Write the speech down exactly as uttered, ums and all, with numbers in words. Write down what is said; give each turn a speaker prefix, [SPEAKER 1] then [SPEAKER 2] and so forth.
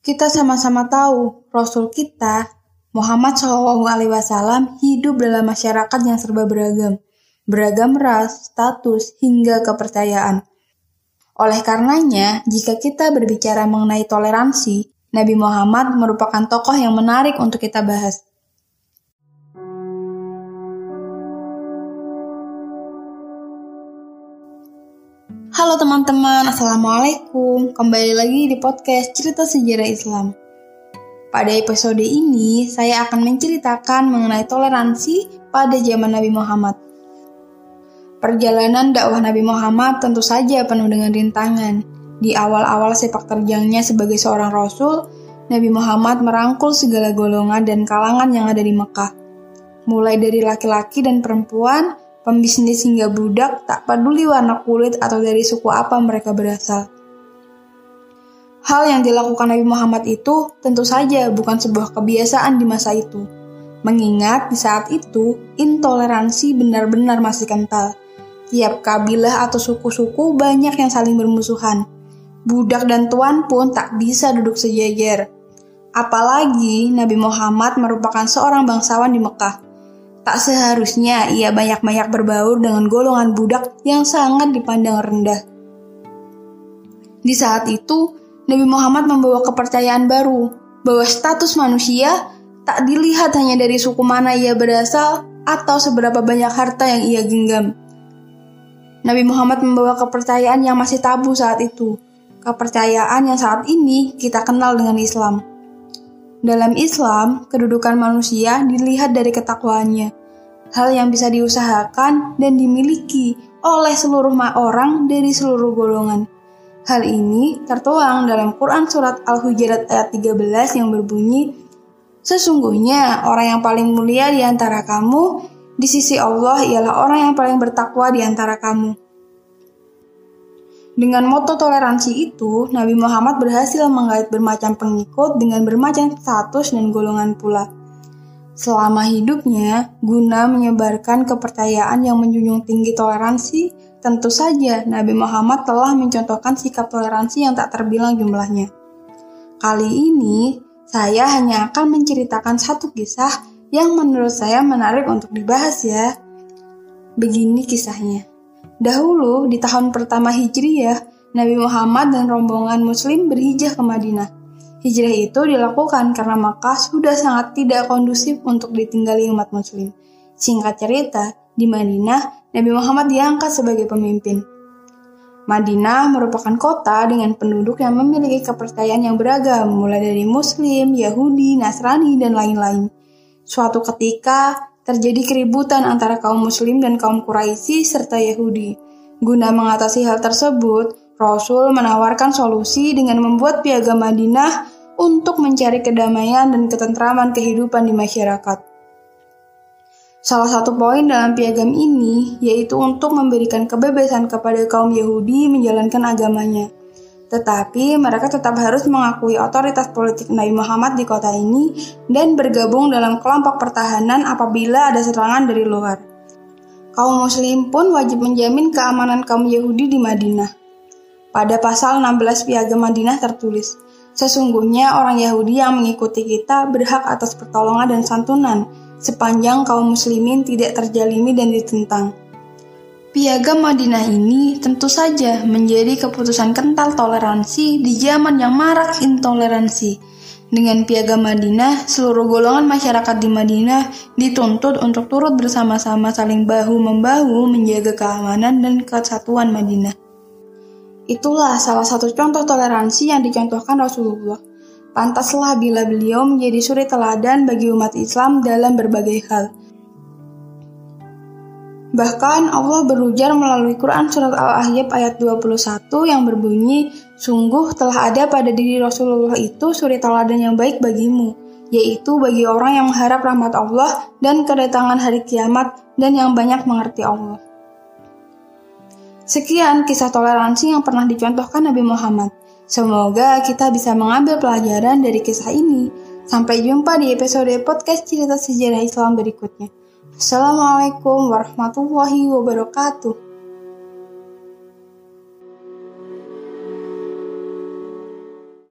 [SPEAKER 1] Kita sama-sama tahu Rasul kita, Muhammad shallallahu alaihi wasallam, hidup dalam masyarakat yang serba beragam. Beragam ras, status, hingga kepercayaan. Oleh karenanya, jika kita berbicara mengenai toleransi, Nabi Muhammad merupakan tokoh yang menarik untuk kita bahas. Halo teman-teman, Assalamualaikum. Kembali lagi di podcast Cerita Sejarah Islam. Pada episode ini, saya akan menceritakan mengenai toleransi pada zaman Nabi Muhammad. Perjalanan dakwah Nabi Muhammad tentu saja penuh dengan rintangan. Di awal-awal sepak terjangnya sebagai seorang Rasul, Nabi Muhammad merangkul segala golongan dan kalangan yang ada di Mekah. Mulai dari laki-laki dan perempuan, pembisnis hingga budak, tak peduli warna kulit atau dari suku apa mereka berasal. Hal yang dilakukan Nabi Muhammad itu tentu saja bukan sebuah kebiasaan di masa itu. Mengingat di saat itu, intoleransi benar-benar masih kental. Tiap kabilah atau suku-suku banyak yang saling bermusuhan. Budak dan tuan pun tak bisa duduk sejajar. Apalagi Nabi Muhammad merupakan seorang bangsawan di Mekah. Tak seharusnya ia banyak-banyak berbaur dengan golongan budak yang sangat dipandang rendah. Di saat itu, Nabi Muhammad membawa kepercayaan baru, bahwa status manusia tak dilihat hanya dari suku mana ia berasal atau seberapa banyak harta yang ia genggam. Nabi Muhammad membawa kepercayaan yang masih tabu saat itu, kepercayaan yang saat ini kita kenal dengan Islam. Dalam Islam, kedudukan manusia dilihat dari ketakwaannya, hal yang bisa diusahakan dan dimiliki oleh seluruh orang dari seluruh golongan. Hal ini tertuang dalam Quran Surat Al-Hujurat ayat tiga belas yang berbunyi, "Sesungguhnya orang yang paling mulia di antara kamu di sisi Allah ialah orang yang paling bertakwa di antara kamu." Dengan moto toleransi itu, Nabi Muhammad berhasil menggait bermacam pengikut dengan bermacam status dan golongan pula. Selama hidupnya, guna menyebarkan kepercayaan yang menjunjung tinggi toleransi, tentu saja Nabi Muhammad telah mencontohkan sikap toleransi yang tak terbilang jumlahnya. Kali ini, saya hanya akan menceritakan satu kisah yang menurut saya menarik untuk dibahas ya. Begini kisahnya. Dahulu, di tahun pertama Hijriyah, Nabi Muhammad dan rombongan Muslim berhijrah ke Madinah. Hijrah itu dilakukan karena Makkah sudah sangat tidak kondusif untuk ditinggali umat Muslim. Singkat cerita, di Madinah, Nabi Muhammad diangkat sebagai pemimpin. Madinah merupakan kota dengan penduduk yang memiliki kepercayaan yang beragam, mulai dari Muslim, Yahudi, Nasrani, dan lain-lain. Suatu ketika, terjadi keributan antara kaum Muslim dan kaum Quraisy serta Yahudi. Guna mengatasi hal tersebut, Rasul menawarkan solusi dengan membuat piagam Madinah untuk mencari kedamaian dan ketentraman kehidupan di masyarakat. Salah satu poin dalam piagam ini yaitu untuk memberikan kebebasan kepada kaum Yahudi menjalankan agamanya. Tetapi mereka tetap harus mengakui otoritas politik Nabi Muhammad di kota ini dan bergabung dalam kelompok pertahanan apabila ada serangan dari luar. Kaum Muslim pun wajib menjamin keamanan kaum Yahudi di Madinah. Pada pasal enam belas Piagam Madinah tertulis, "Sesungguhnya orang Yahudi yang mengikuti kita berhak atas pertolongan dan santunan, sepanjang kaum Muslimin tidak terzalimi dan ditentang." Piagam Madinah ini tentu saja menjadi keputusan kental toleransi di zaman yang marak intoleransi. Dengan Piagam Madinah, seluruh golongan masyarakat di Madinah dituntut untuk turut bersama-sama saling bahu-membahu menjaga keamanan dan kesatuan Madinah. Itulah salah satu contoh toleransi yang dicontohkan Rasulullah. Pantaslah bila beliau menjadi suri teladan bagi umat Islam dalam berbagai hal. Bahkan Allah berujar melalui Quran Surat Al-Ahzab ayat dua puluh satu yang berbunyi, "Sungguh telah ada pada diri Rasulullah itu suri teladan yang baik bagimu, yaitu bagi orang yang mengharap rahmat Allah dan kedatangan hari kiamat dan yang banyak mengerti Allah." Sekian kisah toleransi yang pernah dicontohkan Nabi Muhammad. Semoga kita bisa mengambil pelajaran dari kisah ini. Sampai jumpa di episode podcast Cerita Sejarah Islam berikutnya. Assalamualaikum warahmatullahi wabarakatuh.